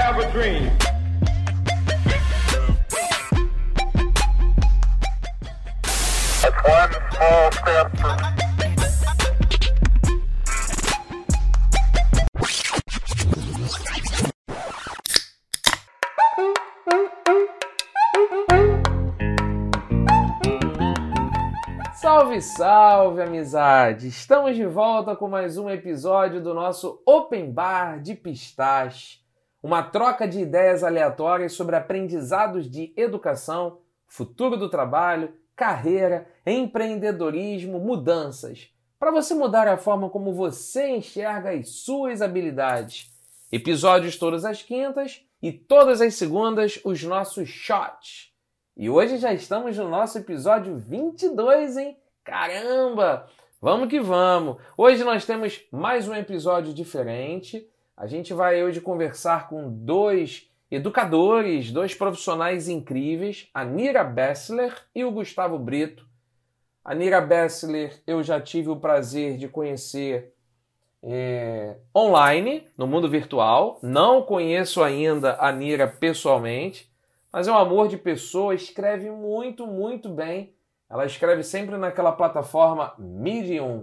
have a dream. It's one small step for... Salve, salve, amizade! Estamos de volta com mais um episódio do nosso Open Bar de Pistache, uma troca de ideias aleatórias sobre aprendizados de educação, futuro do trabalho, carreira, empreendedorismo, mudanças, para você mudar a forma como você enxerga as suas habilidades. Episódios todas as quintas e todas as segundas os nossos shots. E hoje já estamos no nosso episódio 22, hein? Caramba! Vamos que vamos! Hoje nós temos mais um episódio diferente. A gente vai hoje conversar com dois educadores, dois profissionais incríveis, a Nira Bessler e o Gustavo Brito. A Nira Bessler eu já tive o prazer de conhecer online, no mundo virtual. Não conheço ainda a Nira pessoalmente, mas é um amor de pessoa, escreve muito, muito bem. Ela escreve sempre naquela plataforma Medium.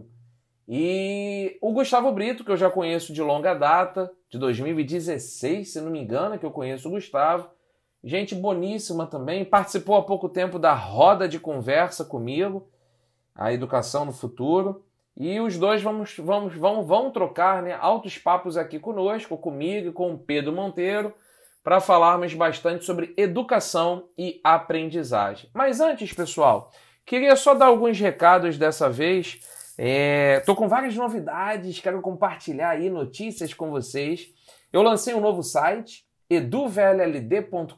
E o Gustavo Brito, que eu já conheço de longa data, de 2016, se não me engano, que eu conheço o Gustavo. Gente boníssima também, participou há pouco tempo da roda de conversa comigo, a Educação no Futuro. E os dois vão trocar, né, altos papos aqui conosco, comigo e com o Pedro Monteiro, para falarmos bastante sobre educação e aprendizagem. Mas antes, pessoal, queria só dar alguns recados dessa vez. Estou com várias novidades, quero compartilhar aí notícias com vocês. Eu lancei um novo site, eduvlld.com.br,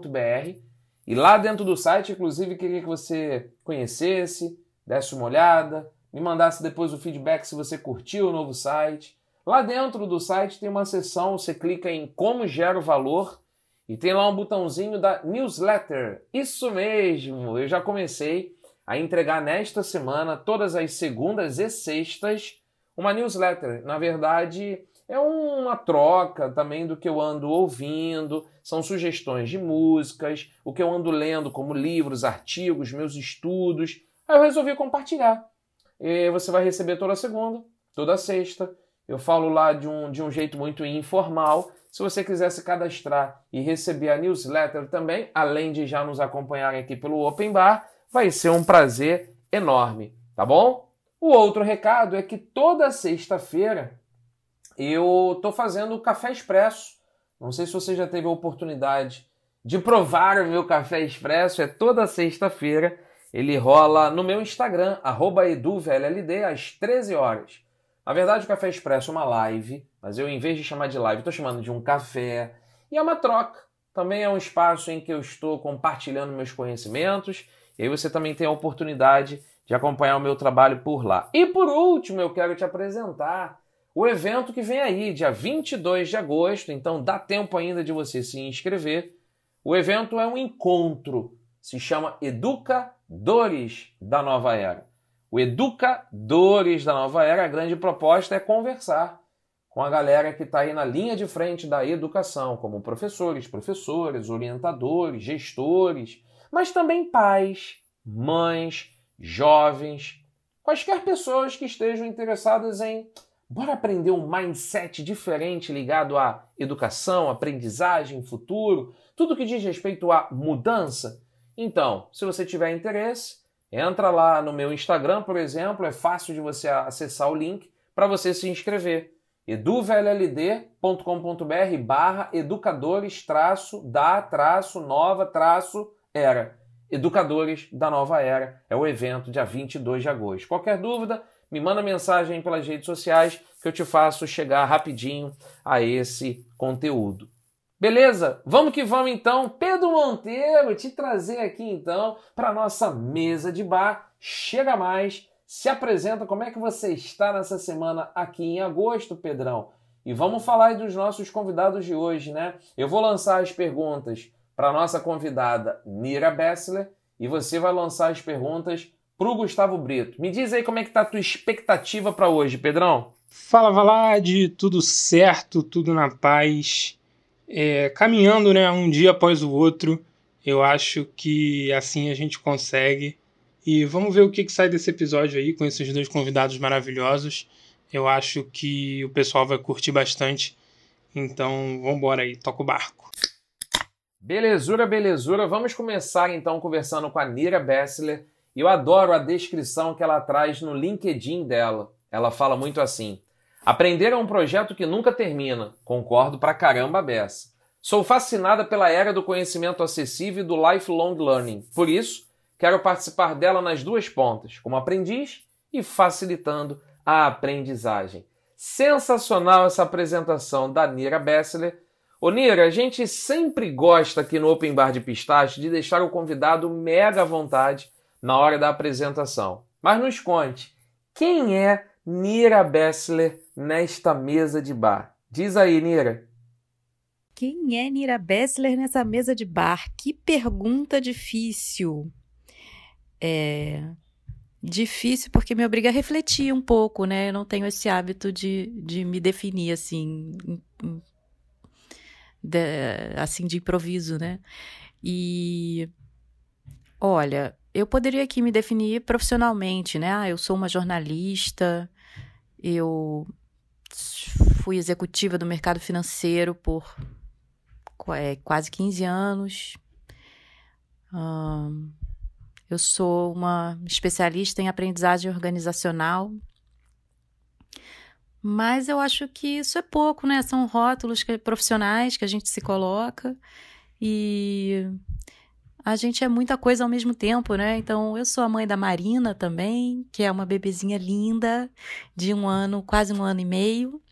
e lá dentro do site, inclusive, queria que você conhecesse, desse uma olhada, me mandasse depois o feedback se você curtiu o novo site. Lá dentro do site tem uma seção, você clica em Como Gero Valor e tem lá um botãozinho da newsletter. Isso mesmo, eu já comecei a entregar nesta semana, todas as segundas e sextas, uma newsletter. Na verdade, é uma troca também do que eu ando ouvindo, são sugestões de músicas, o que eu ando lendo como livros, artigos, meus estudos. Aí eu resolvi compartilhar. E você vai receber toda segunda, toda sexta. Eu falo lá de um jeito muito informal. Se você quiser se cadastrar e receber a newsletter também, além de já nos acompanhar aqui pelo Open Bar, vai ser um prazer enorme, tá bom? O outro recado é que toda sexta-feira eu estou fazendo o Café Expresso. Não sei se você já teve a oportunidade de provar o meu Café Expresso. É toda sexta-feira. Ele rola no meu Instagram, @eduvlld, às 13 horas. Na verdade, o Café Expresso é uma live, mas eu, em vez de chamar de live, estou chamando de um café. E é uma troca. Também é um espaço em que eu estou compartilhando meus conhecimentos. E aí você também tem a oportunidade de acompanhar o meu trabalho por lá. E por último, eu quero te apresentar o evento que vem aí, dia 22 de agosto. Então dá tempo ainda de você se inscrever. O evento é um encontro. Se chama Educadores da Nova Era. O Educadores da Nova Era, a grande proposta é conversar com a galera que está aí na linha de frente da educação, como professores, professoras, orientadores, gestores, mas também pais, mães, jovens, quaisquer pessoas que estejam interessadas em bora aprender um mindset diferente ligado à educação, aprendizagem, futuro, tudo que diz respeito à mudança. Então, se você tiver interesse, entra lá no meu Instagram, por exemplo, é fácil de você acessar o link para você se inscrever. eduvlld.com.br/educadores-da-nova-era. Educadores da Nova Era. É o evento dia 22 de agosto. Qualquer dúvida, me manda mensagem pelas redes sociais que eu te faço chegar rapidinho a esse conteúdo. Beleza? Vamos que vamos então. Pedro Monteiro, te trazer aqui então para a nossa mesa de bar. Chega mais, se apresenta, como é que você está nessa semana aqui em agosto, Pedrão? E vamos falar aí dos nossos convidados de hoje, né? Eu vou lançar as perguntas para a nossa convidada Nira Bessler e você vai lançar as perguntas para o Gustavo Brito. Me diz aí como é que está a tua expectativa para hoje, Pedrão? Fala, Valad, tudo certo, tudo na paz. caminhando, né, um dia após o outro. Eu acho que assim a gente consegue. E vamos ver o que sai desse episódio aí com esses dois convidados maravilhosos. Eu acho que o pessoal vai curtir bastante. Então, vamos embora aí, toca o barco. Belezura, belezura. Vamos começar então conversando com a Nira Bessler. E eu adoro a descrição que ela traz no LinkedIn dela. Ela fala muito assim: aprender é um projeto que nunca termina. Concordo pra caramba, Bessa. Sou fascinada pela era do conhecimento acessível e do lifelong learning. Por isso, quero participar dela nas duas pontas, como aprendiz e facilitando a aprendizagem. Sensacional essa apresentação da Nira Bessler. Ô Nira, a gente sempre gosta aqui no Open Bar de Pistache de deixar o convidado mega à vontade na hora da apresentação. Mas nos conte, quem é Nira Bessler nesta mesa de bar? Diz aí, Nira. Quem é Nira Bessler nessa mesa de bar? Que pergunta difícil. Difícil porque me obriga a refletir um pouco, né? Eu não tenho esse hábito de me definir assim, de improviso, né? E, olha, eu poderia aqui me definir profissionalmente, né? Eu sou uma jornalista, eu fui executiva do mercado financeiro por quase 15 anos. Eu sou uma especialista em aprendizagem organizacional. Mas eu acho que isso é pouco, né? São rótulos profissionais que a gente se coloca e a gente é muita coisa ao mesmo tempo, né? Então, eu sou a mãe da Marina também, que é uma bebezinha linda de 1 ano, quase 1 ano e meio.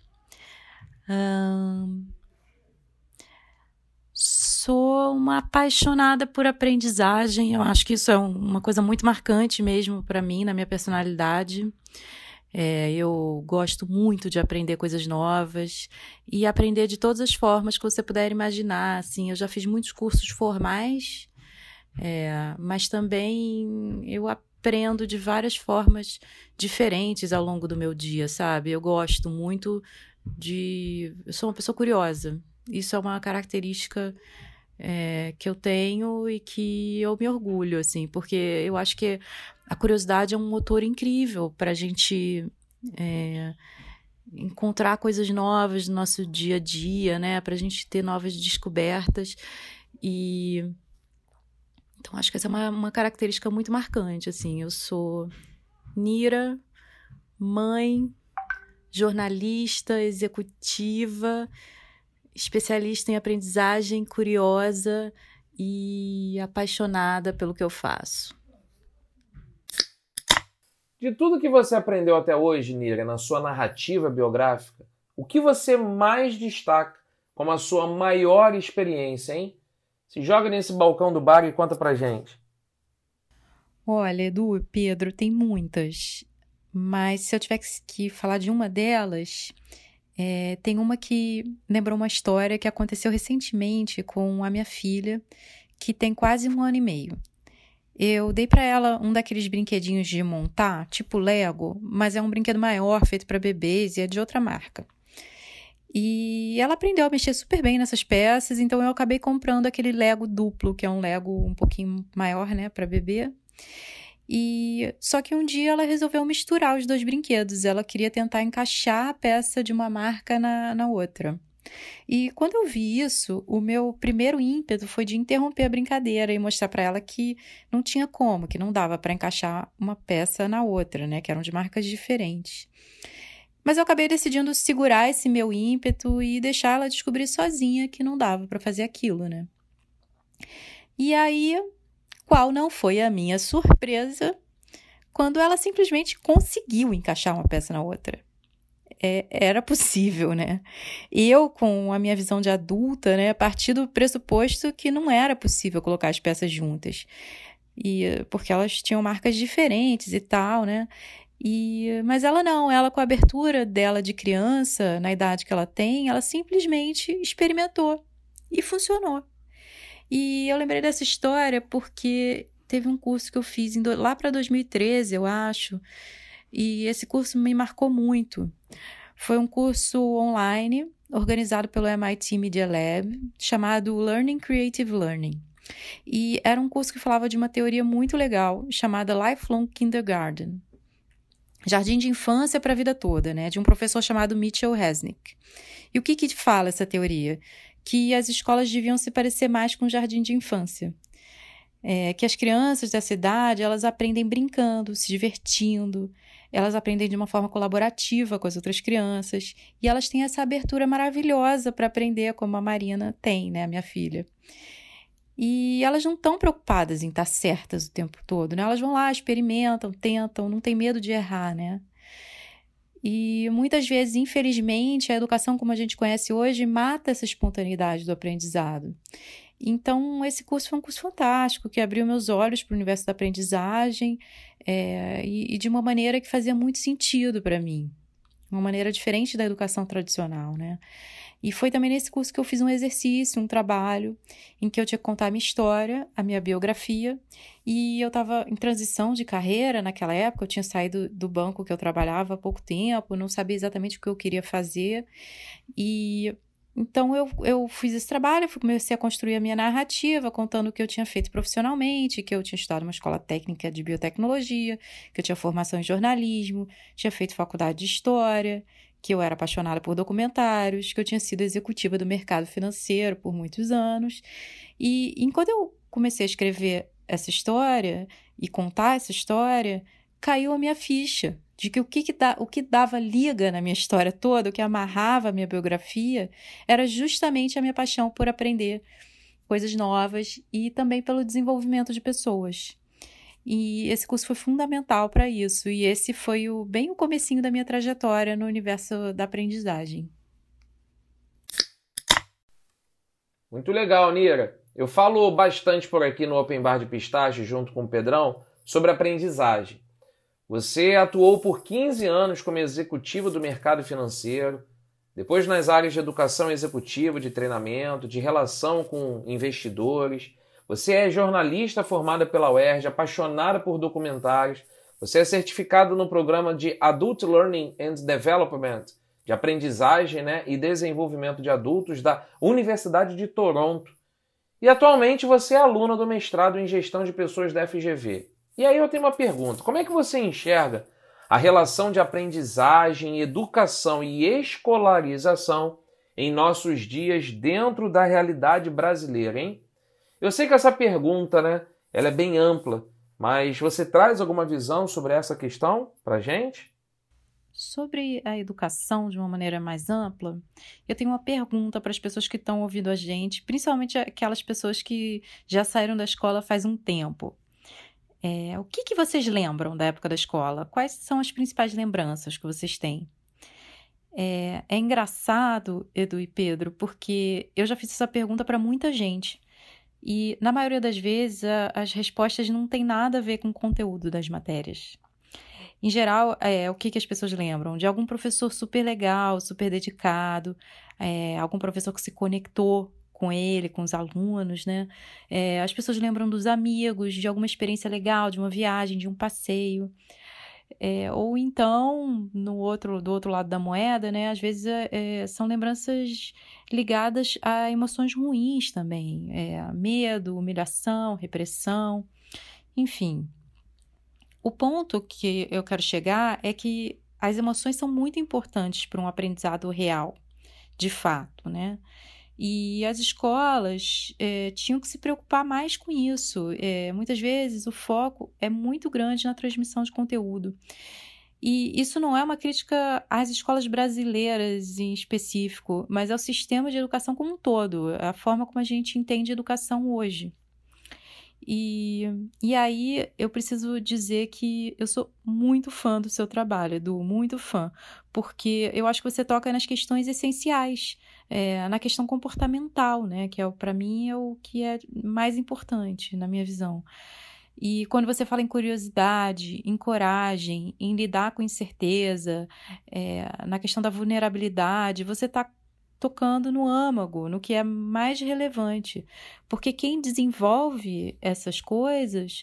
Sou uma apaixonada por aprendizagem. Eu acho que isso é uma coisa muito marcante mesmo para mim, na minha personalidade. Eu gosto muito de aprender coisas novas e aprender de todas as formas que você puder imaginar. Assim, eu já fiz muitos cursos formais, mas também eu aprendo de várias formas diferentes ao longo do meu dia, sabe? Eu gosto muito eu sou uma pessoa curiosa. Isso é uma característica que eu tenho e que eu me orgulho, assim, porque eu acho que a curiosidade é um motor incrível para a gente encontrar coisas novas no nosso dia a dia, né? Para a gente ter novas descobertas. Então, acho que essa é uma característica muito marcante, assim. Eu sou Nira, mãe, jornalista, executiva, especialista em aprendizagem, curiosa e apaixonada pelo que eu faço. De tudo que você aprendeu até hoje, Nira, na sua narrativa biográfica, o que você mais destaca como a sua maior experiência, hein? Se joga nesse balcão do bar e conta pra gente. Olha, Edu e Pedro, tem muitas. Mas se eu tivesse que falar de uma delas, tem uma que lembrou uma história que aconteceu recentemente com a minha filha, que tem quase 1 ano e meio. Eu dei para ela um daqueles brinquedinhos de montar, tipo Lego, mas é um brinquedo maior, feito para bebês e é de outra marca. E ela aprendeu a mexer super bem nessas peças, então eu acabei comprando aquele Lego duplo, que é um Lego um pouquinho maior, né, para bebê. Só que um dia ela resolveu misturar os 2 brinquedos. Ela queria tentar encaixar a peça de uma marca na outra. E quando eu vi isso, o meu primeiro ímpeto foi de interromper a brincadeira e mostrar para ela que não tinha como, que não dava para encaixar uma peça na outra, né? Que eram de marcas diferentes. Mas eu acabei decidindo segurar esse meu ímpeto e deixar ela descobrir sozinha que não dava para fazer aquilo, né? E aí, qual não foi a minha surpresa quando ela simplesmente conseguiu encaixar uma peça na outra. Era possível, né? Eu, com a minha visão de adulta, né, parti do pressuposto que não era possível colocar as peças juntas. Porque elas tinham marcas diferentes e tal, né? Mas ela não, ela com a abertura dela de criança, na idade que ela tem, ela simplesmente experimentou e funcionou. E eu lembrei dessa história porque teve um curso que eu fiz lá para 2013, eu acho, e esse curso me marcou muito. Foi um curso online organizado pelo MIT Media Lab, chamado Learning Creative Learning. E era um curso que falava de uma teoria muito legal, chamada Lifelong Kindergarten. Jardim de infância para a vida toda, né? De um professor chamado Mitchell Resnick. E o que fala essa teoria? Que as escolas deviam se parecer mais com o jardim de infância. Que as crianças dessa idade, elas aprendem brincando, se divertindo, elas aprendem de uma forma colaborativa com as outras crianças, e elas têm essa abertura maravilhosa para aprender, como a Marina tem, né, a minha filha. E elas não estão preocupadas em estar certas o tempo todo, né? Elas vão lá, experimentam, tentam, não tem medo de errar, né? E muitas vezes, infelizmente, a educação como a gente conhece hoje mata essa espontaneidade do aprendizado. Então, esse curso foi um curso fantástico, que abriu meus olhos para o universo da aprendizagem e de uma maneira que fazia muito sentido para mim. Uma maneira diferente da educação tradicional, né? E foi também nesse curso que eu fiz um exercício, um trabalho, em que eu tinha que contar a minha história, a minha biografia, e eu estava em transição de carreira naquela época, eu tinha saído do banco que eu trabalhava há pouco tempo, não sabia exatamente o que eu queria fazer, e então eu fiz esse trabalho, comecei a construir a minha narrativa, contando o que eu tinha feito profissionalmente, que eu tinha estudado uma escola técnica de biotecnologia, que eu tinha formação em jornalismo, tinha feito faculdade de história, que eu era apaixonada por documentários, que eu tinha sido executiva do mercado financeiro por muitos anos. E enquanto eu comecei a escrever essa história e contar essa história, caiu a minha ficha de que o que dava liga na minha história toda, o que amarrava a minha biografia, era justamente a minha paixão por aprender coisas novas e também pelo desenvolvimento de pessoas. E esse curso foi fundamental para isso. E esse foi bem o comecinho da minha trajetória no universo da aprendizagem. Muito legal, Nira. Eu falo bastante por aqui no Open Bar de Pistache, junto com o Pedrão, sobre aprendizagem. Você atuou por 15 anos como executivo do mercado financeiro, depois nas áreas de educação executiva, de treinamento, de relação com investidores. Você é jornalista formada pela UERJ, apaixonada por documentários. Você é certificado no programa de Adult Learning and Development, de aprendizagem, né, e desenvolvimento de adultos da Universidade de Toronto. E atualmente você é aluna do mestrado em gestão de pessoas da FGV. E aí eu tenho uma pergunta. Como é que você enxerga a relação de aprendizagem, educação e escolarização em nossos dias dentro da realidade brasileira, hein? Eu sei que essa pergunta, né, ela é bem ampla, mas você traz alguma visão sobre essa questão pra gente? Sobre a educação de uma maneira mais ampla, eu tenho uma pergunta para as pessoas que estão ouvindo a gente, principalmente aquelas pessoas que já saíram da escola faz um tempo. O que vocês lembram da época da escola? Quais são as principais lembranças que vocês têm? É engraçado, Edu e Pedro, porque eu já fiz essa pergunta para muita gente. E, na maioria das vezes, as respostas não têm nada a ver com o conteúdo das matérias. Em geral, o que as pessoas lembram? De algum professor super legal, super dedicado, algum professor que se conectou com ele, com os alunos, né? As pessoas lembram dos amigos, de alguma experiência legal, de uma viagem, de um passeio. Ou então, do outro lado da moeda, né? Às vezes são lembranças ligadas a emoções ruins também. Medo, humilhação, repressão, enfim. O ponto que eu quero chegar é que as emoções são muito importantes para um aprendizado real, de fato, né? E as escolas tinham que se preocupar mais com isso. Muitas vezes o foco é muito grande na transmissão de conteúdo. E isso não é uma crítica às escolas brasileiras em específico, mas ao sistema de educação como um todo, a forma como a gente entende educação hoje. E aí eu preciso dizer que eu sou muito fã do seu trabalho, Edu, muito fã, porque eu acho que você toca nas questões essenciais, na questão comportamental, né, que para mim é o que é mais importante na minha visão. E quando você fala em curiosidade, em coragem, em lidar com incerteza, na questão da vulnerabilidade, você está tocando no âmago, no que é mais relevante. Porque quem desenvolve essas coisas,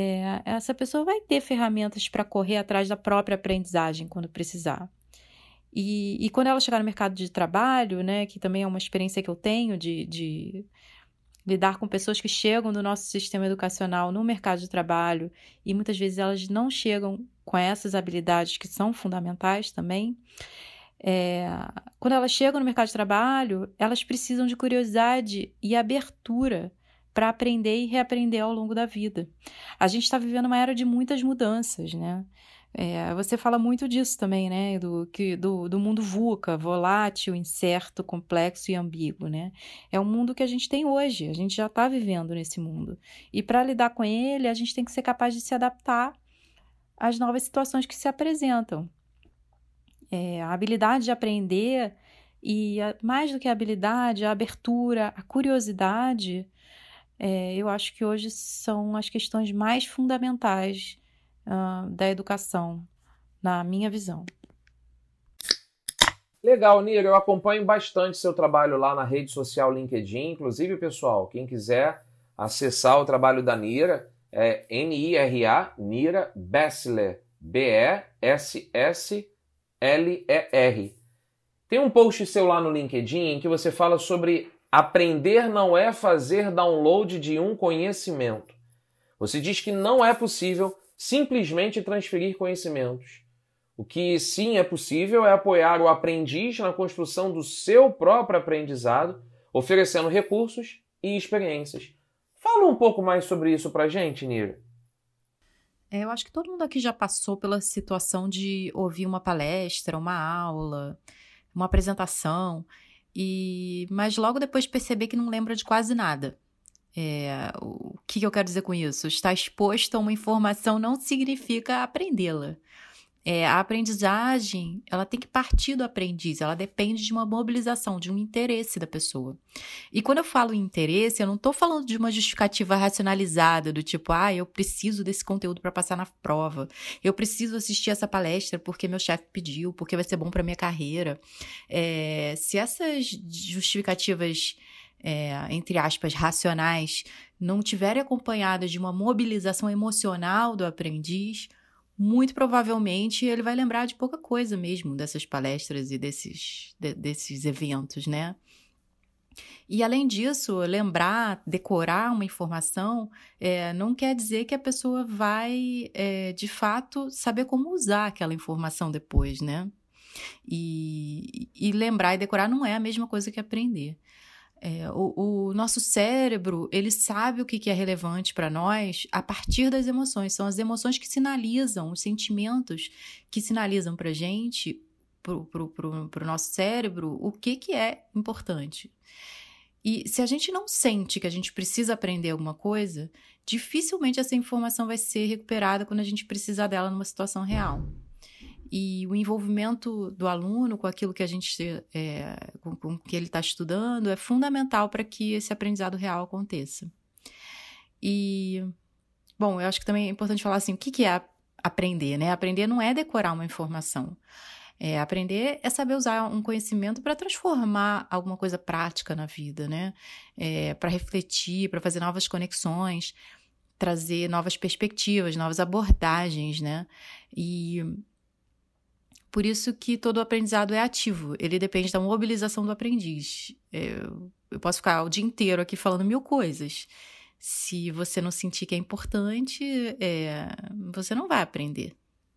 essa pessoa vai ter ferramentas para correr atrás da própria aprendizagem quando precisar. E quando ela chegar no mercado de trabalho, né, que também é uma experiência que eu tenho de lidar com pessoas que chegam do nosso sistema educacional no mercado de trabalho e muitas vezes elas não chegam com essas habilidades que são fundamentais também. Quando elas chegam no mercado de trabalho, elas precisam de curiosidade e abertura para aprender e reaprender ao longo da vida. A gente está vivendo uma era de muitas mudanças, né? Você fala muito disso também, né? Do mundo VUCA, volátil, incerto, complexo e ambíguo, né? É o mundo que a gente tem hoje, a gente já está vivendo nesse mundo. E para lidar com ele, a gente tem que ser capaz de se adaptar às novas situações que se apresentam. A habilidade de aprender e, mais do que a habilidade, a abertura, a curiosidade, eu acho que hoje são as questões mais fundamentais da educação, na minha visão. Legal, Nira, eu acompanho bastante seu trabalho lá na rede social LinkedIn. Inclusive, pessoal, quem quiser acessar o trabalho da Nira, é Nira, Nira Bessler, Bessler. Tem um post seu lá no LinkedIn em que você fala sobre aprender não é fazer download de um conhecimento. Você diz que não é possível simplesmente transferir conhecimentos. O que sim é possível é apoiar o aprendiz na construção do seu próprio aprendizado, oferecendo recursos e experiências. Fala um pouco mais sobre isso pra gente, Nira. Eu acho que todo mundo aqui já passou pela situação de ouvir uma palestra, uma aula, uma apresentação, mas logo depois perceber que não lembra de quase nada. O que eu quero dizer com isso? Estar exposto a uma informação não significa aprendê-la. A aprendizagem, ela tem que partir do aprendiz, ela depende de uma mobilização, de um interesse da pessoa. E quando eu falo em interesse, eu não estou falando de uma justificativa racionalizada, do tipo, eu preciso desse conteúdo para passar na prova, eu preciso assistir essa palestra porque meu chefe pediu, porque vai ser bom para minha carreira. Se essas justificativas, entre aspas, racionais, não tiverem acompanhadas de uma mobilização emocional do aprendiz, muito provavelmente ele vai lembrar de pouca coisa mesmo dessas palestras e desses eventos, né? E além disso, lembrar, decorar uma informação não quer dizer que a pessoa vai, de fato, saber como usar aquela informação depois, né? E lembrar e decorar não é a mesma coisa que aprender. O nosso cérebro, ele sabe o que é relevante para nós a partir das emoções. São as emoções que sinalizam, os sentimentos que sinalizam para a gente, para o nosso cérebro, o que é importante. E se a gente não sente que a gente precisa aprender alguma coisa, dificilmente essa informação vai ser recuperada quando a gente precisar dela numa situação real. E o envolvimento do aluno com aquilo que a gente com que ele está estudando é fundamental para que esse aprendizado real aconteça. E, bom, eu acho que também é importante falar assim, o que é aprender, né? Aprender não é decorar uma informação. Aprender é saber usar um conhecimento para transformar alguma coisa prática na vida, né? Para refletir, para fazer novas conexões, trazer novas perspectivas, novas abordagens, né? E por isso que todo aprendizado é ativo, ele depende da mobilização do aprendiz. Eu posso ficar o dia inteiro aqui falando 1000 coisas. Se você não sentir que é importante, você não vai aprender.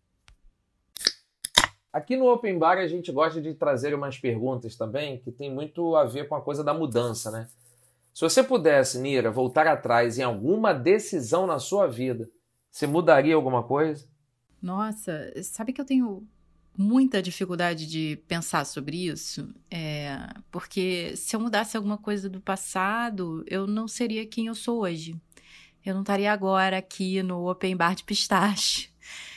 Aqui no Open Bar a gente gosta de trazer umas perguntas também que tem muito a ver com a coisa da mudança, né? Se você pudesse, Nira, voltar atrás em alguma decisão na sua vida, você mudaria alguma coisa? Nossa, sabe que eu tenho muita dificuldade de pensar sobre isso, porque se eu mudasse alguma coisa do passado, eu não seria quem eu sou hoje. Eu não estaria agora aqui no Open Bar de Pistache.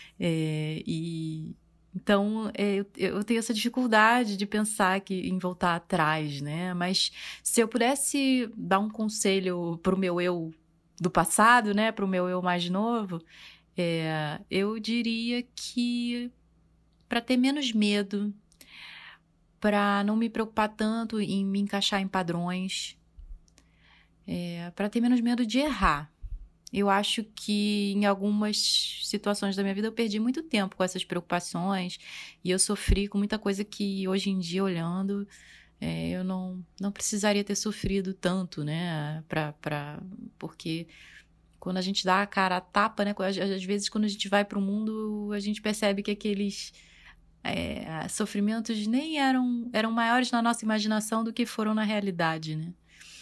Então, eu tenho essa dificuldade de pensar em voltar atrás, né? Mas se eu pudesse dar um conselho para o meu eu do passado, né? Para o meu eu mais novo, eu diria que para ter menos medo, para não me preocupar tanto em me encaixar em padrões, para ter menos medo de errar. Eu acho que em algumas situações da minha vida eu perdi muito tempo com essas preocupações e eu sofri com muita coisa que hoje em dia, olhando, eu não precisaria ter sofrido tanto, né? Porque quando a gente dá a cara a tapa, né? Às vezes quando a gente vai para o mundo, a gente percebe que aqueles sofrimentos nem eram maiores na nossa imaginação do que foram na realidade, né?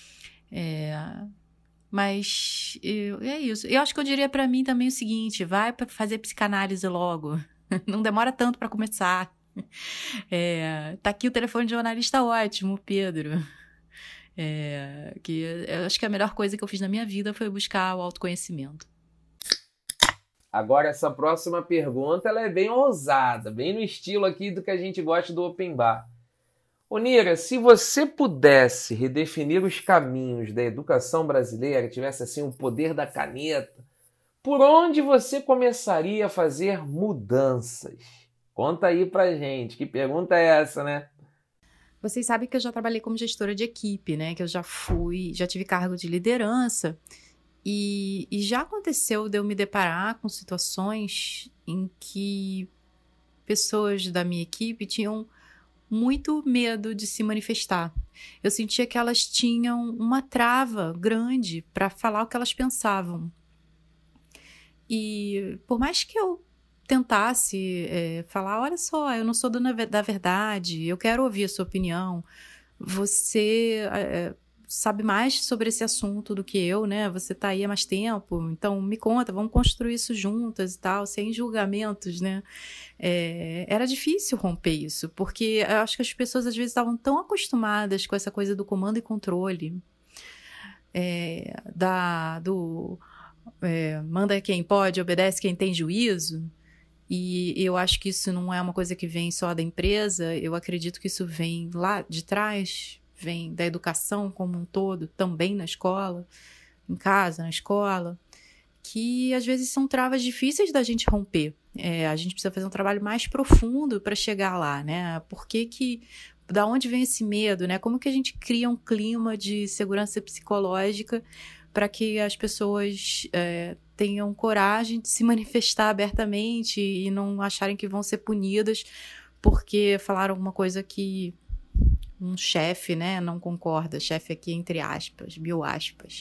Mas é isso. Eu acho que eu diria pra mim também o seguinte: vai pra fazer psicanálise logo. Não demora tanto pra começar. Tá aqui o telefone de jornalista ótimo, Pedro. Que eu acho que a melhor coisa que eu fiz na minha vida foi buscar o autoconhecimento. Agora, essa próxima pergunta ela é bem ousada, bem no estilo aqui do que a gente gosta do Open Bar. Ô Nira, se você pudesse redefinir os caminhos da educação brasileira, tivesse assim o poder da caneta, por onde você começaria a fazer mudanças? Conta aí pra gente, que pergunta é essa, né? Vocês sabem que eu já trabalhei como gestora de equipe, né? Que eu já tive cargo de liderança e já aconteceu de eu me deparar com situações em que pessoas da minha equipe tinham muito medo de se manifestar. Eu sentia que elas tinham uma trava grande para falar o que elas pensavam. E por mais que eu tentasse falar, olha só, eu não sou dona da verdade, eu quero ouvir a sua opinião, você sabe mais sobre esse assunto do que eu, né? Você tá aí há mais tempo, então me conta, vamos construir isso juntas e tal, sem julgamentos, né? Era difícil romper isso, porque eu acho que as pessoas às vezes estavam tão acostumadas com essa coisa do comando e controle, manda quem pode, obedece quem tem juízo, e eu acho que isso não é uma coisa que vem só da empresa, eu acredito que isso vem lá de trás, vem da educação como um todo, também na escola, em casa, na escola, que às vezes são travas difíceis da gente romper. A gente precisa fazer um trabalho mais profundo para chegar lá, né? Da onde vem esse medo, né? Como que a gente cria um clima de segurança psicológica para que as pessoas tenham coragem de se manifestar abertamente e não acharem que vão ser punidas porque falaram alguma coisa que um chefe, né, não concorda. Chefe aqui entre aspas, mil aspas.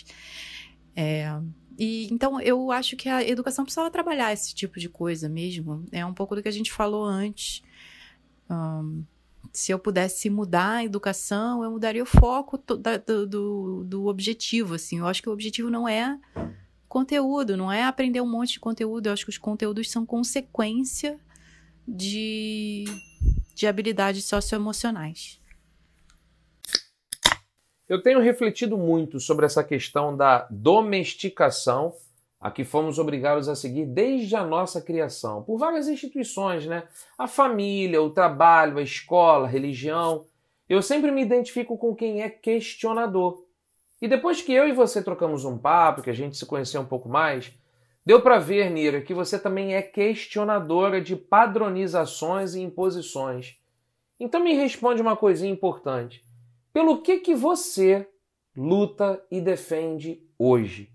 E então eu acho que a educação precisava trabalhar esse tipo de coisa mesmo. É um pouco do que a gente falou antes. Se eu pudesse mudar a educação, eu mudaria o foco do objetivo, assim. Eu acho que o objetivo não é conteúdo, não é aprender um monte de conteúdo. Eu acho que os conteúdos são consequência de habilidades socioemocionais. Eu tenho refletido muito sobre essa questão da domesticação a que fomos obrigados a seguir desde a nossa criação, por várias instituições, né? A família, o trabalho, a escola, a religião. Eu sempre me identifico com quem é questionador. E depois que eu e você trocamos um papo, que a gente se conheceu um pouco mais, deu para ver, Nira, que você também é questionadora de padronizações e imposições. Então me responde uma coisinha importante. Pelo que você luta e defende hoje?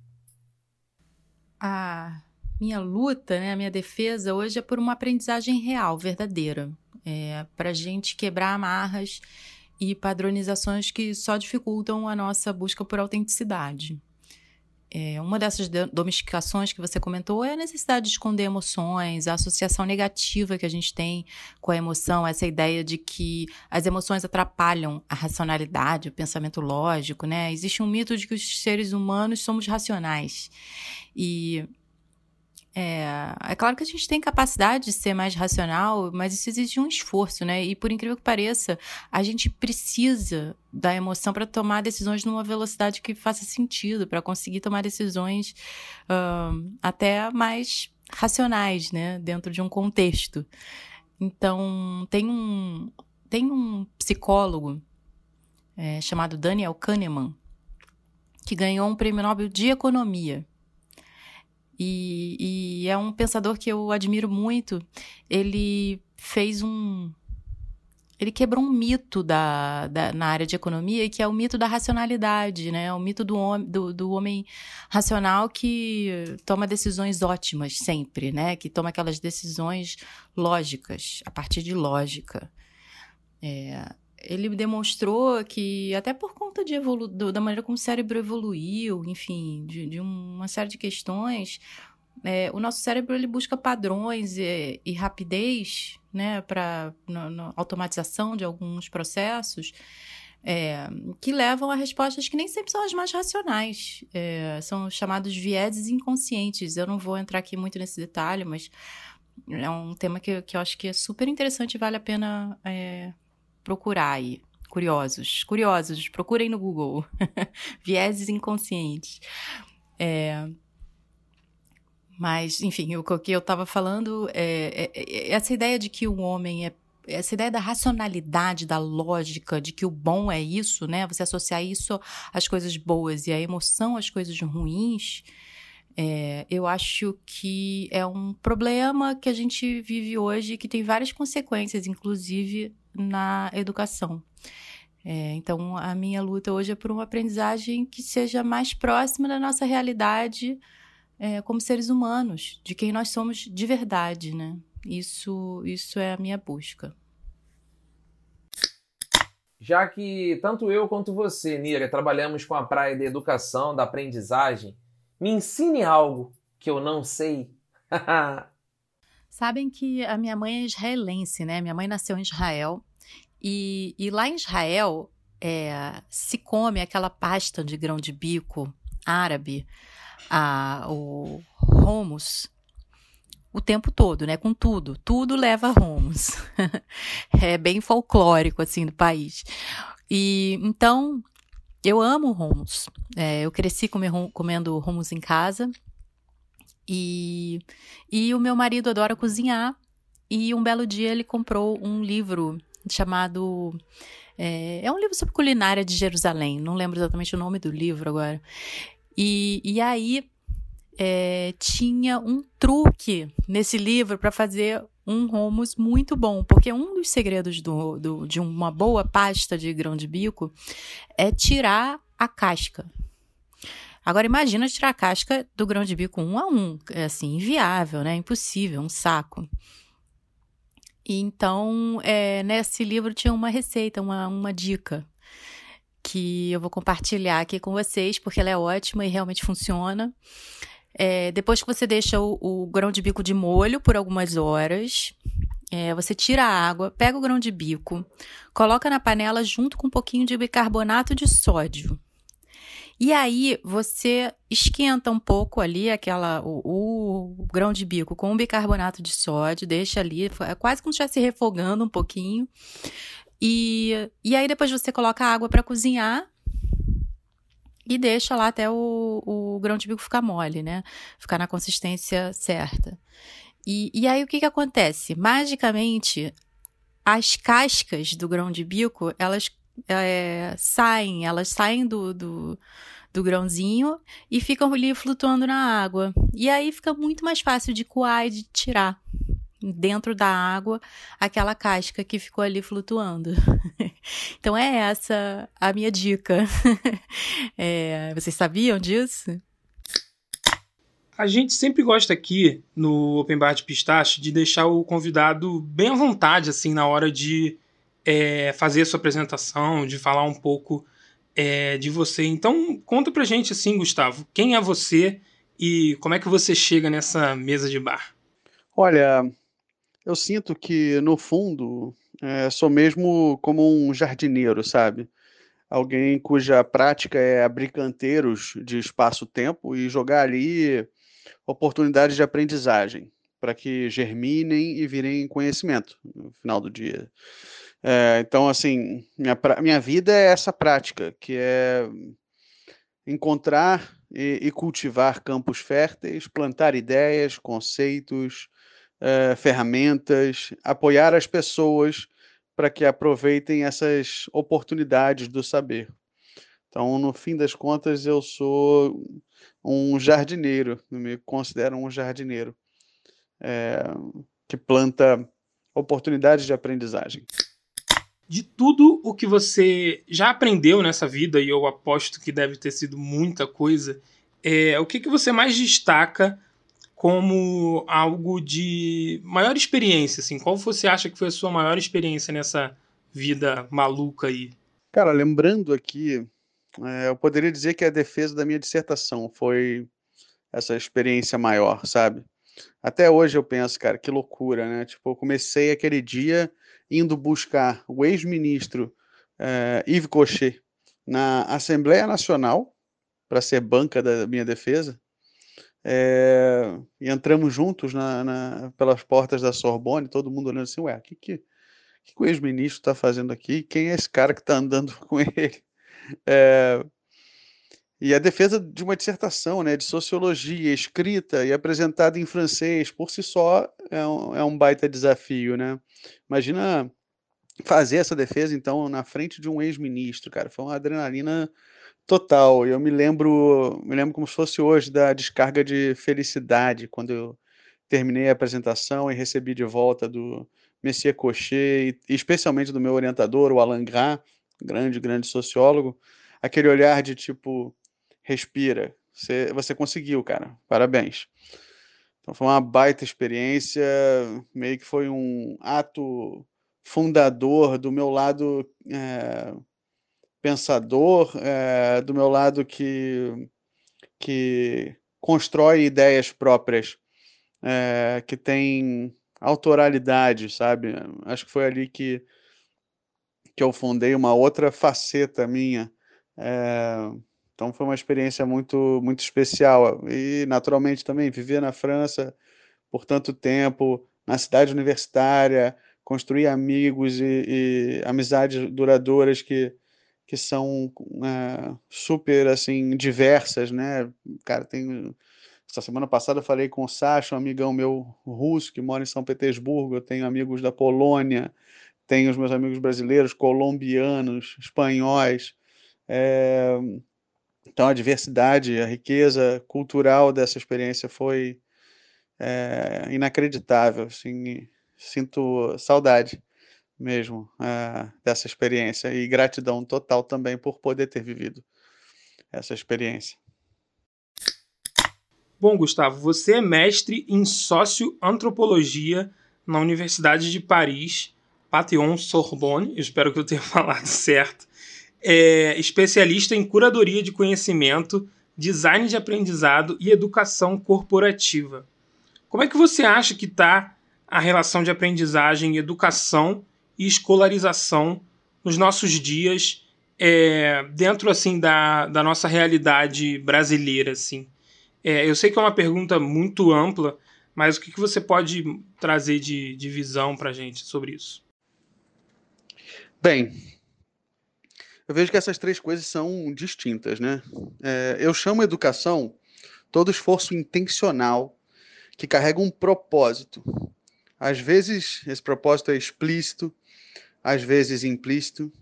A minha luta, né, a minha defesa hoje é por uma aprendizagem real, verdadeira. Para a gente quebrar amarras e padronizações que só dificultam a nossa busca por autenticidade. Uma dessas domesticações que você comentou é a necessidade de esconder emoções, a associação negativa que a gente tem com a emoção, essa ideia de que as emoções atrapalham a racionalidade, o pensamento lógico, né? Existe um mito de que os seres humanos somos racionais. E é claro que a gente tem capacidade de ser mais racional, mas isso exige um esforço, né? E por incrível que pareça, a gente precisa da emoção para tomar decisões numa velocidade que faça sentido, para conseguir tomar decisões até mais racionais, né? Dentro de um contexto. Então, tem um psicólogo chamado Daniel Kahneman que ganhou um prêmio Nobel de Economia. E é um pensador que eu admiro muito. Ele ele quebrou um mito na área de economia, que é o mito da racionalidade, né? O mito do homem racional que toma decisões ótimas sempre, né? Que toma aquelas decisões lógicas, a partir de lógica. Ele demonstrou que, até por conta da maneira como o cérebro evoluiu, enfim, de uma série de questões, o nosso cérebro ele busca padrões e rapidez, né, para automatização de alguns processos que levam a respostas que nem sempre são as mais racionais. São chamados vieses inconscientes. Eu não vou entrar aqui muito nesse detalhe, mas é um tema que eu acho que é super interessante e vale a pena procurar aí. Curiosos, procurem no Google. Vieses inconscientes. Mas, enfim, o que eu estava falando essa ideia de que o homem essa ideia da racionalidade, da lógica, de que o bom é isso, né? Você associar isso às coisas boas e a emoção às coisas ruins, eu acho que é um problema que a gente vive hoje, que tem várias consequências, inclusive na educação. Então, a minha luta hoje é por uma aprendizagem que seja mais próxima da nossa realidade como seres humanos, de quem nós somos de verdade, né? Isso é a minha busca. Já que tanto eu quanto você, Nira, trabalhamos com a praia da educação, da aprendizagem, me ensine algo que eu não sei. Sabem que a minha mãe é israelense, né? Minha mãe nasceu em Israel. E lá em Israel se come aquela pasta de grão de bico árabe, o hummus, o tempo todo, né? Com tudo. Tudo leva hummus. É bem folclórico, assim, do país. E, então, eu amo hummus. Eu cresci comendo hummus em casa. E o meu marido adora cozinhar. E um belo dia ele comprou um livro chamado... é um livro sobre culinária de Jerusalém. Não lembro exatamente o nome do livro agora. E aí tinha um truque nesse livro para fazer um hummus muito bom, porque um dos segredos de uma boa pasta de grão de bico é tirar a casca. Agora imagina tirar a casca do grão de bico 1 a 1, é assim, inviável, né? Impossível, um saco. E então, nesse livro tinha uma receita, uma dica, que eu vou compartilhar aqui com vocês, porque ela é ótima e realmente funciona. Depois que você deixa o grão de bico de molho por algumas horas, você tira a água, pega o grão de bico, coloca na panela junto com um pouquinho de bicarbonato de sódio. E aí você esquenta um pouco ali o grão de bico com o bicarbonato de sódio, deixa ali, é quase como se estivesse refogando um pouquinho. E aí depois você coloca a água para cozinhar e deixa lá até o grão de bico ficar mole, né? Ficar na consistência certa. E aí o que acontece? Magicamente, as cascas do grão de bico, elas saem do grãozinho e ficam ali flutuando na água. E aí fica muito mais fácil de coar e de tirar dentro da água aquela casca que ficou ali flutuando. Então é essa a minha dica. Vocês sabiam disso? A gente sempre gosta aqui no Open Bar de Pistache de deixar o convidado bem à vontade assim na hora de fazer a sua apresentação, de falar um pouco de você. Então conta pra gente assim, Gustavo, quem é você e como é que você chega nessa mesa de bar? Olha, eu sinto que, no fundo, sou mesmo como um jardineiro, sabe? Alguém cuja prática é abrir canteiros de espaço-tempo e jogar ali oportunidades de aprendizagem, para que germinem e virem conhecimento no final do dia. Então, assim, minha vida é essa prática, que é encontrar e cultivar campos férteis, plantar ideias, conceitos, ferramentas, apoiar as pessoas para que aproveitem essas oportunidades do saber. Então, no fim das contas, eu sou um jardineiro, eu me considero um jardineiro que planta oportunidades de aprendizagem. de tudo o que você já aprendeu nessa vida, e eu aposto que deve ter sido muita coisa, o que você mais destaca como algo de maior experiência, assim? Qual você acha que foi a sua maior experiência nessa vida maluca aí? Cara, lembrando aqui, eu poderia dizer que a defesa da minha dissertação foi essa experiência maior, sabe? Até hoje eu penso, cara, que loucura, né? Tipo, eu comecei aquele dia indo buscar o ex-ministro Yves Cochet na Assembleia Nacional para ser banca da minha defesa. E entramos juntos pelas portas da Sorbonne, todo mundo olhando assim, ué, o que o ex-ministro está fazendo aqui? Quem é esse cara que está andando com ele? E a defesa de uma dissertação, né, de sociologia, escrita e apresentada em francês, por si só, é um baita desafio, né? Imagina fazer essa defesa, então, na frente de um ex-ministro, cara. Foi uma adrenalina total. E eu me lembro como se fosse hoje da descarga de felicidade, quando eu terminei a apresentação e recebi de volta do Messier Cochet, e especialmente do meu orientador, o Alain Gras, grande sociólogo, aquele olhar de tipo, respira, você conseguiu, cara, parabéns. Então foi uma baita experiência, meio que foi um ato fundador do meu lado pensador, do meu lado que constrói ideias próprias, que tem autoralidade, sabe? Acho que foi ali que eu fundei uma outra faceta minha. Então foi uma experiência muito especial. E, naturalmente, também viver na França por tanto tempo, na cidade universitária, construir amigos e amizades duradouras que são super, assim, diversas, né? Cara, essa semana passada eu falei com o Sacha, um amigão meu russo que mora em São Petersburgo, eu tenho amigos da Polônia, tenho os meus amigos brasileiros, colombianos, espanhóis. Então a diversidade, a riqueza cultural dessa experiência foi inacreditável. Assim, sinto saudade mesmo dessa experiência e gratidão total também por poder ter vivido essa experiência. Bom, Gustavo, você é mestre em socioantropologia na Universidade de Paris, Panthéon-Sorbonne, eu espero que eu tenha falado certo. É especialista em curadoria de conhecimento, design de aprendizado e educação corporativa. Como é que você acha que está a relação de aprendizagem, educação e escolarização nos nossos dias, dentro assim da nossa realidade brasileira, assim? Eu sei que é uma pergunta muito ampla, mas o que você pode trazer de visão para a gente sobre isso? Bem, eu vejo que essas três coisas são distintas, né? Eu chamo educação todo esforço intencional que carrega um propósito. Às vezes, esse propósito é explícito, às vezes implícito,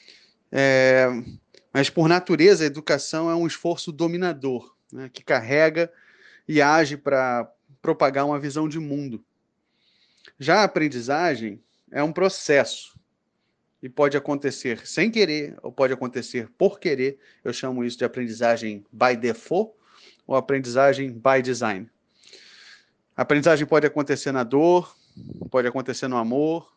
mas por natureza, a educação é um esforço dominador, né, que carrega e age para propagar uma visão de mundo. Já a aprendizagem é um processo e pode acontecer sem querer ou pode acontecer por querer. Eu chamo isso de aprendizagem by default ou aprendizagem by design. A aprendizagem pode acontecer na dor, pode acontecer no amor.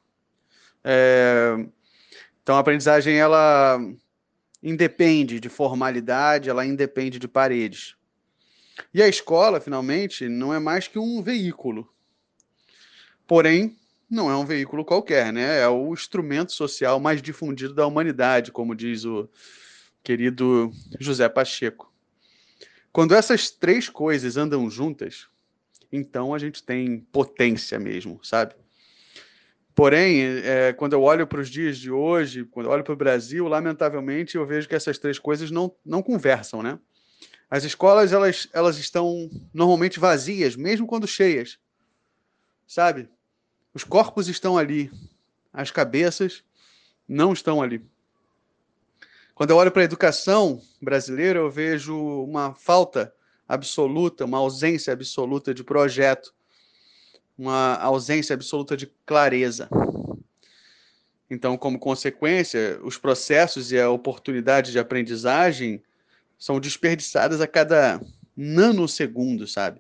Então a aprendizagem ela independe de formalidade, ela independe de paredes. E a escola, finalmente, não é mais que um veículo. Porém, não é um veículo qualquer, né? É o instrumento social mais difundido da humanidade, como diz o querido José Pacheco. Quando essas três coisas andam juntas, então a gente tem potência mesmo, sabe? Porém, quando eu olho para os dias de hoje, quando eu olho para o Brasil, lamentavelmente, eu vejo que essas três coisas não conversam, né? As escolas, elas estão normalmente vazias, mesmo quando cheias, sabe? Os corpos estão ali, as cabeças não estão ali. Quando eu olho para a educação brasileira, eu vejo uma falta absoluta, uma ausência absoluta de projeto, uma ausência absoluta de clareza. Então, como consequência, os processos e a oportunidade de aprendizagem são desperdiçadas a cada nanosegundo, sabe?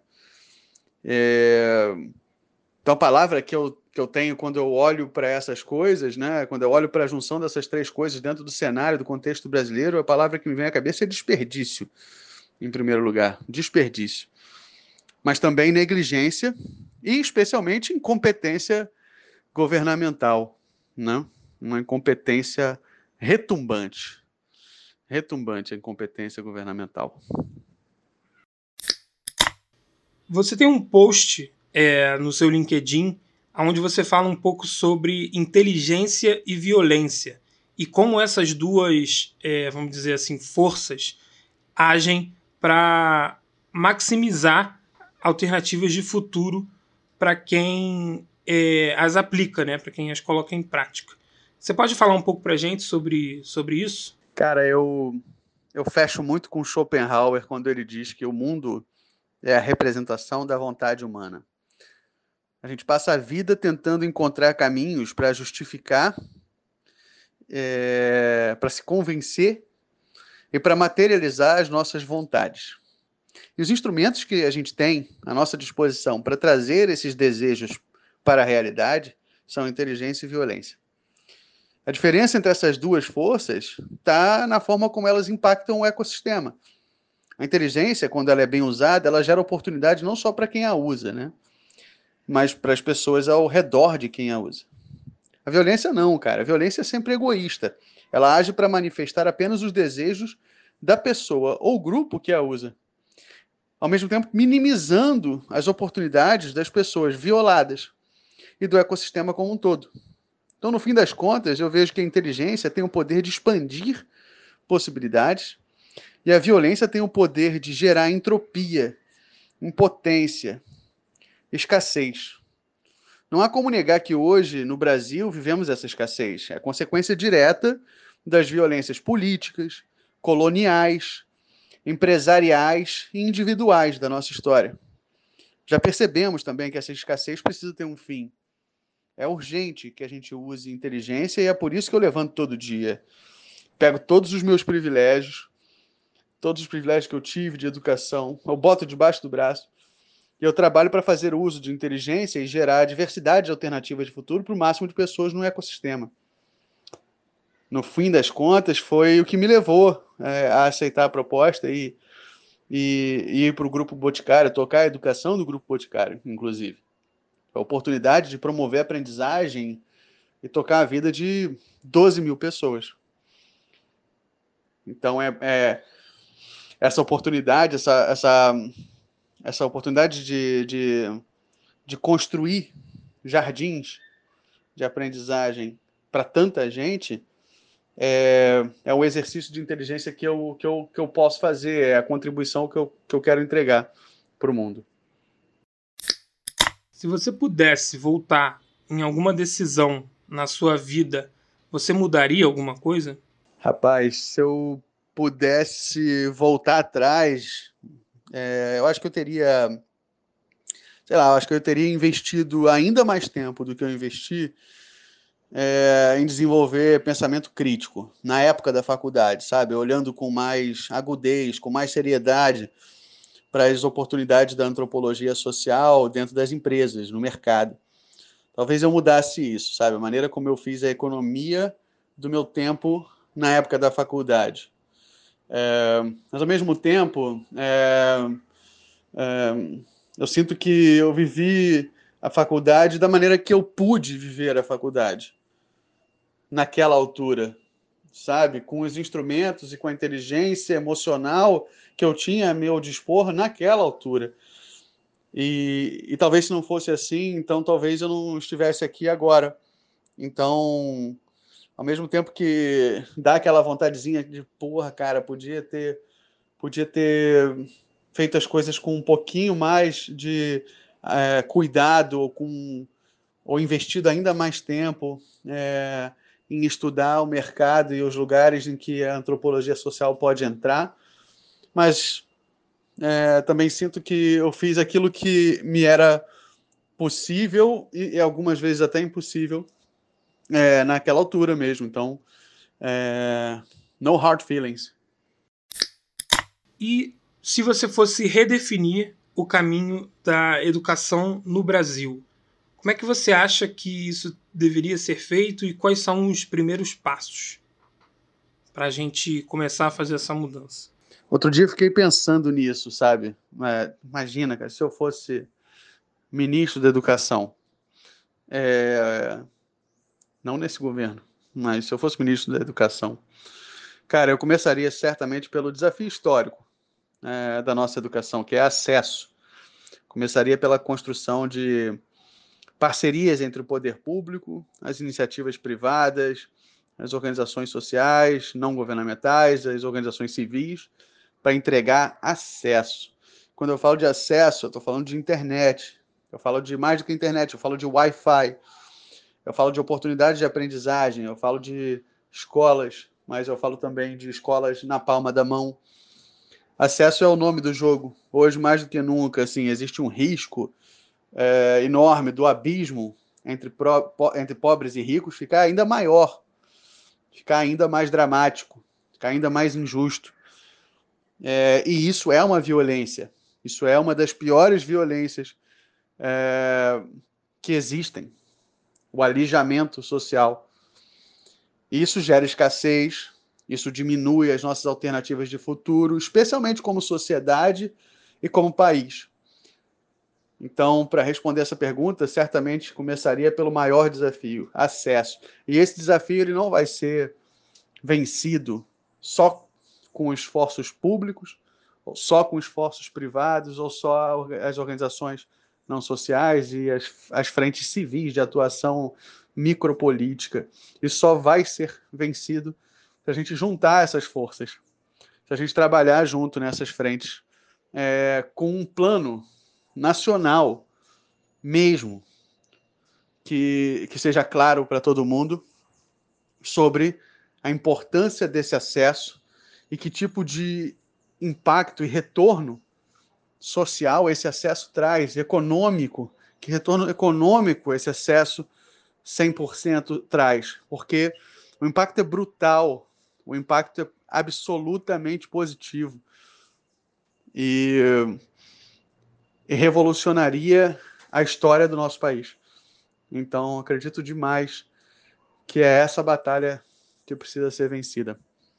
Então, a palavra que eu tenho quando eu olho para essas coisas, né? Quando eu olho para a junção dessas três coisas dentro do cenário, do contexto brasileiro, a palavra que me vem à cabeça é desperdício, em primeiro lugar. Desperdício. Mas também negligência e, especialmente, incompetência governamental, né? Uma incompetência retumbante. Retumbante a incompetência governamental. Você tem um post no seu LinkedIn onde você fala um pouco sobre inteligência e violência e como essas duas, vamos dizer assim, forças agem para maximizar alternativas de futuro para quem as aplica, né? Para quem as coloca em prática. Você pode falar um pouco para a gente sobre isso? Cara, eu fecho muito com Schopenhauer quando ele diz que o mundo é a representação da vontade humana. A gente passa a vida tentando encontrar caminhos para justificar, para se convencer e para materializar as nossas vontades. E os instrumentos que a gente tem à nossa disposição para trazer esses desejos para a realidade são inteligência e violência. A diferença entre essas duas forças está na forma como elas impactam o ecossistema. A inteligência, quando ela é bem usada, ela gera oportunidade não só para quem a usa, né? Mas para as pessoas ao redor de quem a usa. A violência não, cara. A violência é sempre egoísta. Ela age para manifestar apenas os desejos da pessoa ou grupo que a usa, ao mesmo tempo minimizando as oportunidades das pessoas violadas e do ecossistema como um todo. Então, no fim das contas, eu vejo que a inteligência tem o poder de expandir possibilidades e a violência tem o poder de gerar entropia, impotência, escassez. Não há como negar que hoje, no Brasil, vivemos essa escassez. É a consequência direta das violências políticas, coloniais, empresariais e individuais da nossa história. Já percebemos também que essa escassez precisa ter um fim. É urgente que a gente use inteligência e é por isso que eu levanto todo dia. Pego todos os meus privilégios, todos os privilégios que eu tive de educação, eu boto debaixo do braço e eu trabalho para fazer uso de inteligência e gerar diversidade de alternativas de futuro para o máximo de pessoas no ecossistema. No fim das contas, foi o que me levou a aceitar a proposta e ir para o Grupo Boticário, tocar a educação do Grupo Boticário, inclusive. A oportunidade de promover a aprendizagem e tocar a vida de 12 mil pessoas. Então, essa oportunidade, essa oportunidade de construir jardins de aprendizagem para tanta gente é o exercício de inteligência que eu posso fazer, é a contribuição que eu quero entregar para o mundo. Se você pudesse voltar em alguma decisão na sua vida, você mudaria alguma coisa? Rapaz, se eu pudesse voltar atrás, eu acho que eu teria, acho que eu teria investido ainda mais tempo do que eu investi em desenvolver pensamento crítico na época da faculdade, sabe? Olhando com mais agudez, com mais seriedade para as oportunidades da antropologia social dentro das empresas, no mercado. Talvez eu mudasse isso, sabe? A maneira como eu fiz a economia do meu tempo na época da faculdade. Mas, ao mesmo tempo, eu sinto que eu vivi a faculdade da maneira que eu pude viver a faculdade naquela altura, sabe? Com os instrumentos e com a inteligência emocional que eu tinha a meu dispor naquela altura. E talvez se não fosse assim, então talvez eu não estivesse aqui agora. Então, ao mesmo tempo que dá aquela vontadezinha de, porra, cara, podia ter feito as coisas com um pouquinho mais de cuidado, ou investido ainda mais tempo em estudar o mercado e os lugares em que a antropologia social pode entrar. Mas também sinto que eu fiz aquilo que me era possível e algumas vezes até impossível naquela altura mesmo. Então, no hard feelings. E se você fosse redefinir o caminho da educação no Brasil, como é que você acha que isso deveria ser feito e quais são os primeiros passos para a gente começar a fazer essa mudança? Outro dia eu fiquei pensando nisso, sabe? Imagina, cara, se eu fosse ministro da Educação, não nesse governo, mas se eu fosse ministro da Educação, cara, eu começaria certamente pelo desafio histórico da nossa educação, que é acesso. Começaria pela construção de parcerias entre o poder público, as iniciativas privadas, as organizações sociais, não governamentais, as organizações civis, para entregar acesso. Quando eu falo de acesso, eu estou falando de internet, eu falo de mais do que internet, eu falo de Wi-Fi, eu falo de oportunidades de aprendizagem, eu falo de escolas, mas eu falo também de escolas na palma da mão. Acesso é o nome do jogo. Hoje, mais do que nunca, assim, existe um risco enorme do abismo entre pobres e ricos ficar ainda maior, ficar ainda mais dramático, ficar ainda mais injusto. E isso é uma violência. Isso é uma das piores violências que existem. O alijamento social. Isso gera escassez, isso diminui as nossas alternativas de futuro, especialmente como sociedade e como país. Então, para responder essa pergunta, certamente começaria pelo maior desafio, acesso. E esse desafio ele não vai ser vencido só com esforços públicos, ou só com esforços privados, ou só as organizações não sociais e as frentes civis de atuação micropolítica. Isso só vai ser vencido se a gente juntar essas forças, se a gente trabalhar junto nessas frentes, com um plano nacional mesmo, que seja claro para todo mundo sobre a importância desse acesso e que tipo de impacto e retorno social esse acesso traz, econômico, que retorno econômico esse acesso 100% traz, porque o impacto é brutal, o impacto é absolutamente positivo e revolucionaria a história do nosso país. Então, acredito demais que é essa batalha que precisa ser vencida.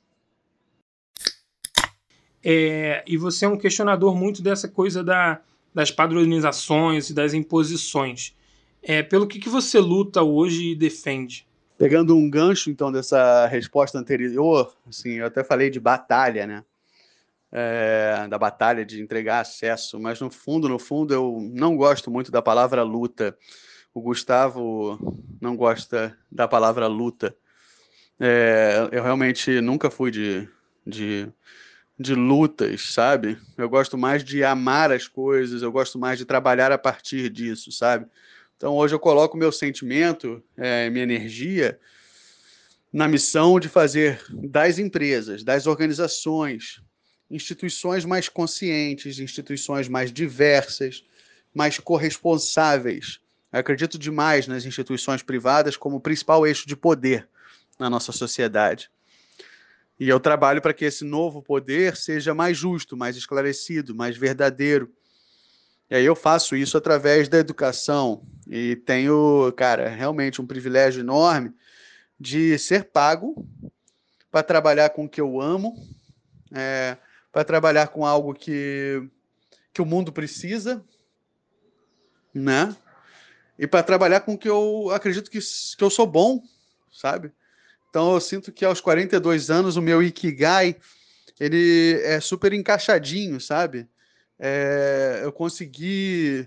E você é um questionador muito dessa coisa das padronizações e das imposições. Pelo que você luta hoje e defende? Pegando um gancho, então, dessa resposta anterior, assim, eu até falei de batalha, né? Da batalha de entregar acesso, mas no fundo, eu não gosto muito da palavra luta. O Gustavo não gosta da palavra luta. Eu realmente nunca fui de lutas, sabe? Eu gosto mais de amar as coisas, eu gosto mais de trabalhar a partir disso, sabe? Então hoje eu coloco meu sentimento, minha energia na missão de fazer das empresas, das organizações, instituições mais conscientes, instituições mais diversas, mais corresponsáveis. Eu acredito demais nas instituições privadas como principal eixo de poder na nossa sociedade. E eu trabalho para que esse novo poder seja mais justo, mais esclarecido, mais verdadeiro. E aí eu faço isso através da educação. E tenho, cara, realmente um privilégio enorme de ser pago para trabalhar com o que eu amo, para trabalhar com algo que o mundo precisa, né? E para trabalhar com o que eu acredito que eu sou bom, sabe? Então eu sinto que aos 42 anos o meu Ikigai ele é super encaixadinho, sabe? Eu consegui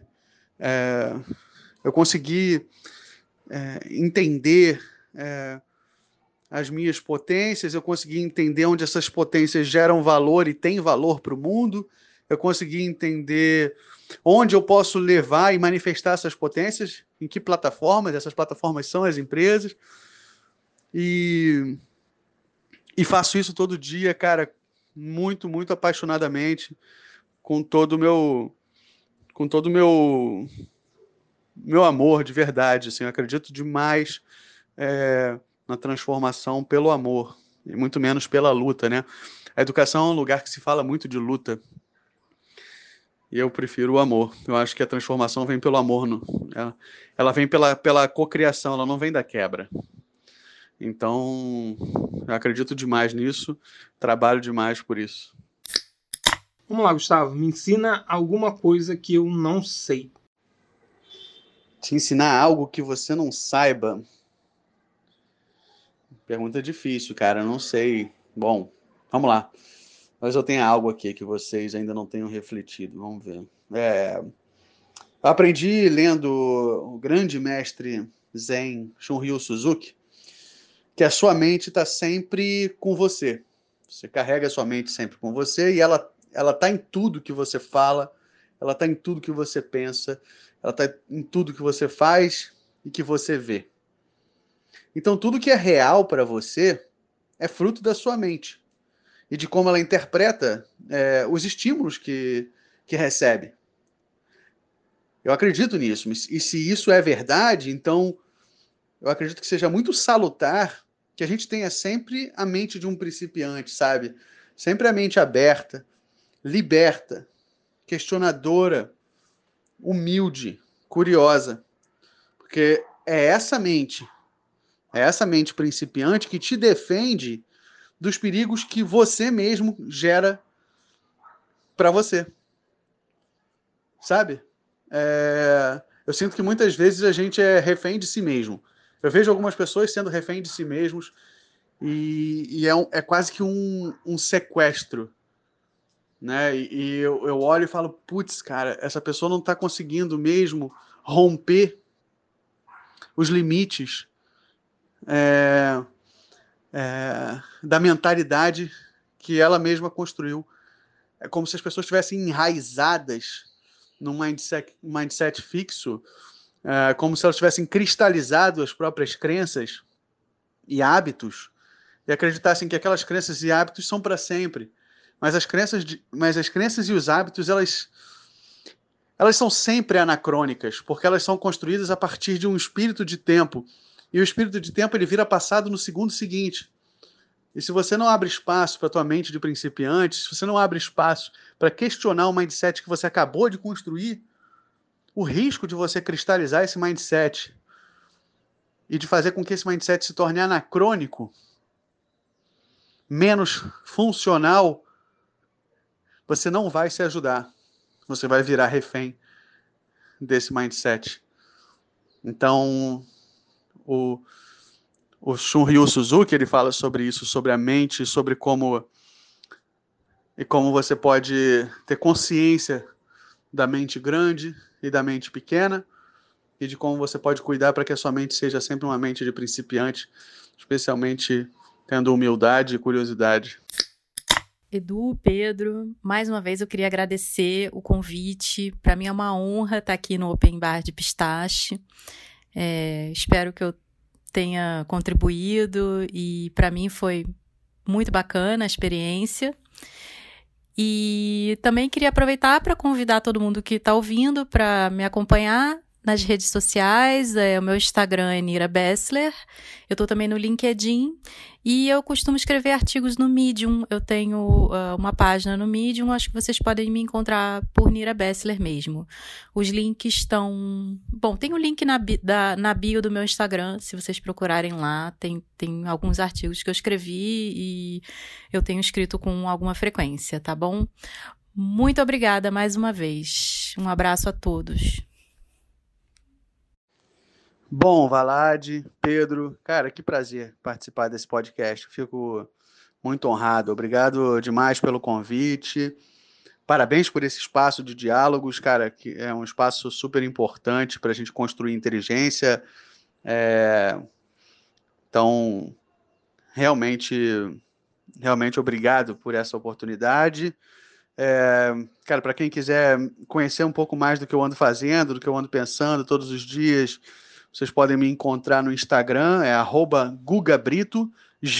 entender as minhas potências, eu consegui entender onde essas potências geram valor e têm valor para o mundo, eu consegui entender onde eu posso levar e manifestar essas potências, em que plataformas, essas plataformas são as empresas, e faço isso todo dia, cara, muito, muito apaixonadamente, com todo o meu amor de verdade, assim, eu acredito demais na transformação pelo amor, e muito menos pela luta, né? A educação é um lugar que se fala muito de luta, e eu prefiro o amor. Eu acho que a transformação vem pelo amor, ela vem pela cocriação, ela não vem da quebra. Então, eu acredito demais nisso, trabalho demais por isso. Vamos lá, Gustavo, me ensina alguma coisa que eu não sei. Te ensinar algo que você não saiba? Pergunta difícil, cara, eu não sei. Bom, vamos lá. Mas eu tenho algo aqui que vocês ainda não tenham refletido, vamos ver. Eu aprendi lendo o grande mestre Zen Shunryu Suzuki, que a sua mente está sempre com você. Você carrega a sua mente sempre com você e ela está em tudo que você fala, ela está em tudo que você pensa, ela está em tudo que você faz e que você vê. Então, tudo que é real para você é fruto da sua mente e de como ela interpreta os estímulos que recebe. Eu acredito nisso. E se isso é verdade, então eu acredito que seja muito salutar que a gente tenha sempre a mente de um principiante, sabe? Sempre a mente aberta, liberta, questionadora, humilde, curiosa. Porque é essa mente principiante que te defende dos perigos que você mesmo gera para você. Sabe? Eu sinto que muitas vezes a gente é refém de si mesmo. Eu vejo algumas pessoas sendo refém de si mesmos e é quase que um sequestro, né? E eu olho e falo, putz, cara, essa pessoa não está conseguindo mesmo romper os limites da mentalidade que ela mesma construiu. É como se as pessoas estivessem enraizadas num mindset fixo, como se elas tivessem cristalizado as próprias crenças e hábitos e acreditassem que aquelas crenças e hábitos são para sempre. Mas as crenças e os hábitos, elas são sempre anacrônicas, porque elas são construídas a partir de um espírito de tempo. E o espírito de tempo ele vira passado no segundo seguinte. E se você não abre espaço para a tua mente de principiante, se você não abre espaço para questionar o mindset que você acabou de construir, o risco de você cristalizar esse mindset e de fazer com que esse mindset se torne anacrônico, menos funcional, você não vai se ajudar. Você vai virar refém desse mindset. Então, o Shunryu Suzuki, ele fala sobre isso, sobre a mente, sobre como você pode ter consciência da mente grande e da mente pequena, e de como você pode cuidar para que a sua mente seja sempre uma mente de principiante, especialmente tendo humildade e curiosidade. Edu, Pedro, mais uma vez eu queria agradecer o convite. Para mim é uma honra estar aqui no Open Bar de Pistache. Espero que eu tenha contribuído e para mim foi muito bacana a experiência. E também queria aproveitar para convidar todo mundo que está ouvindo para me acompanhar nas redes sociais. O meu Instagram é Nira Bessler. Eu estou também no LinkedIn e eu costumo escrever artigos no Medium. Eu tenho uma página no Medium, acho que vocês podem me encontrar por Nira Bessler mesmo. Os links estão... Bom, tem o link na bio do meu Instagram, se vocês procurarem lá. Tem alguns artigos que eu escrevi e eu tenho escrito com alguma frequência, tá bom? Muito obrigada mais uma vez. Um abraço a todos. Bom, Valade, Pedro, cara, que prazer participar desse podcast. Fico muito honrado. Obrigado demais pelo convite. Parabéns por esse espaço de diálogos, cara, que é um espaço super importante para a gente construir inteligência. Então, realmente obrigado por essa oportunidade. Cara, para quem quiser conhecer um pouco mais do que eu ando fazendo, do que eu ando pensando todos os dias, vocês podem me encontrar no Instagram, @gugabrito,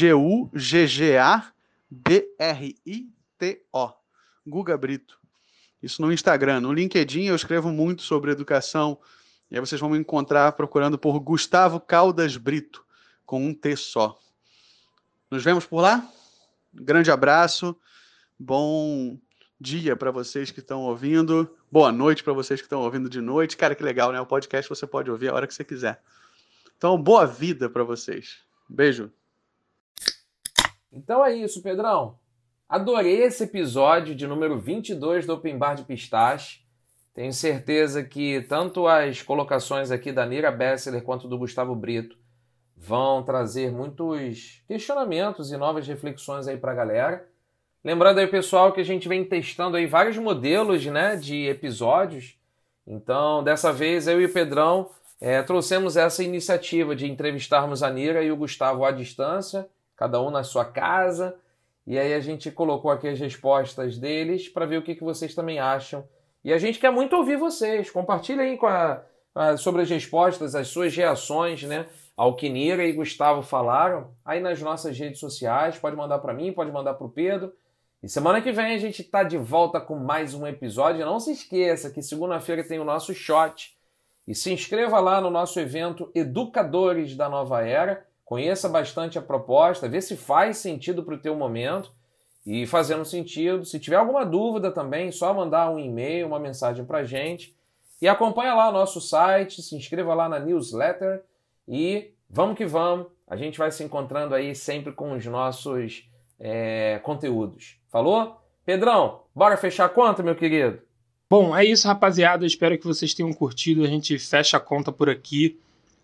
GUGGABRITO, Guga Brito. Isso no Instagram. No LinkedIn eu escrevo muito sobre educação, e aí vocês vão me encontrar procurando por Gustavo Caldas Brito. com um T só. Nos vemos por lá? Grande abraço, bom dia para vocês que estão ouvindo, boa noite para vocês que estão ouvindo de noite. Cara, que legal, né? O podcast você pode ouvir a hora que você quiser. Então, boa vida para vocês. Beijo. Então é isso, Pedrão. Adorei esse episódio de número 22 do Open Bar de Pistache. Tenho certeza que tanto as colocações aqui da Nira Besseler quanto do Gustavo Brito vão trazer muitos questionamentos e novas reflexões aí para a galera. Lembrando aí, pessoal, que a gente vem testando aí vários modelos, né, de episódios. Então, dessa vez, eu e o Pedrão trouxemos essa iniciativa de entrevistarmos a Nira e o Gustavo à distância, cada um na sua casa. E aí a gente colocou aqui as respostas deles para ver o que vocês também acham. E a gente quer muito ouvir vocês. Compartilhem aí sobre as respostas, as suas reações, né, ao que Nira e Gustavo falaram aí nas nossas redes sociais. Pode mandar para mim, pode mandar para o Pedro. E semana que vem a gente está de volta com mais um episódio. Não se esqueça que segunda-feira tem o nosso shot. E se inscreva lá no nosso evento Educadores da Nova Era. Conheça bastante a proposta, vê se faz sentido para o teu momento. E fazendo sentido, se tiver alguma dúvida também, só mandar um e-mail, uma mensagem para a gente. E acompanha lá o nosso site, se inscreva lá na newsletter. E vamos que vamos, a gente vai se encontrando aí sempre com os nossos conteúdos. Falou? Pedrão, bora fechar a conta, meu querido? Bom, é isso, rapaziada. Espero que vocês tenham curtido. A gente fecha a conta por aqui.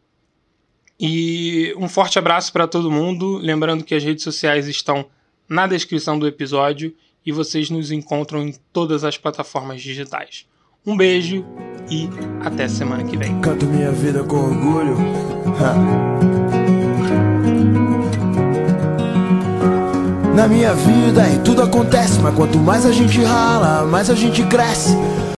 E um forte abraço para todo mundo. Lembrando que as redes sociais estão na descrição do episódio e vocês nos encontram em todas as plataformas digitais. Um beijo e até semana que vem. Canto minha vida com orgulho. Na minha vida e tudo acontece, mas quanto mais a gente rala, mais a gente cresce.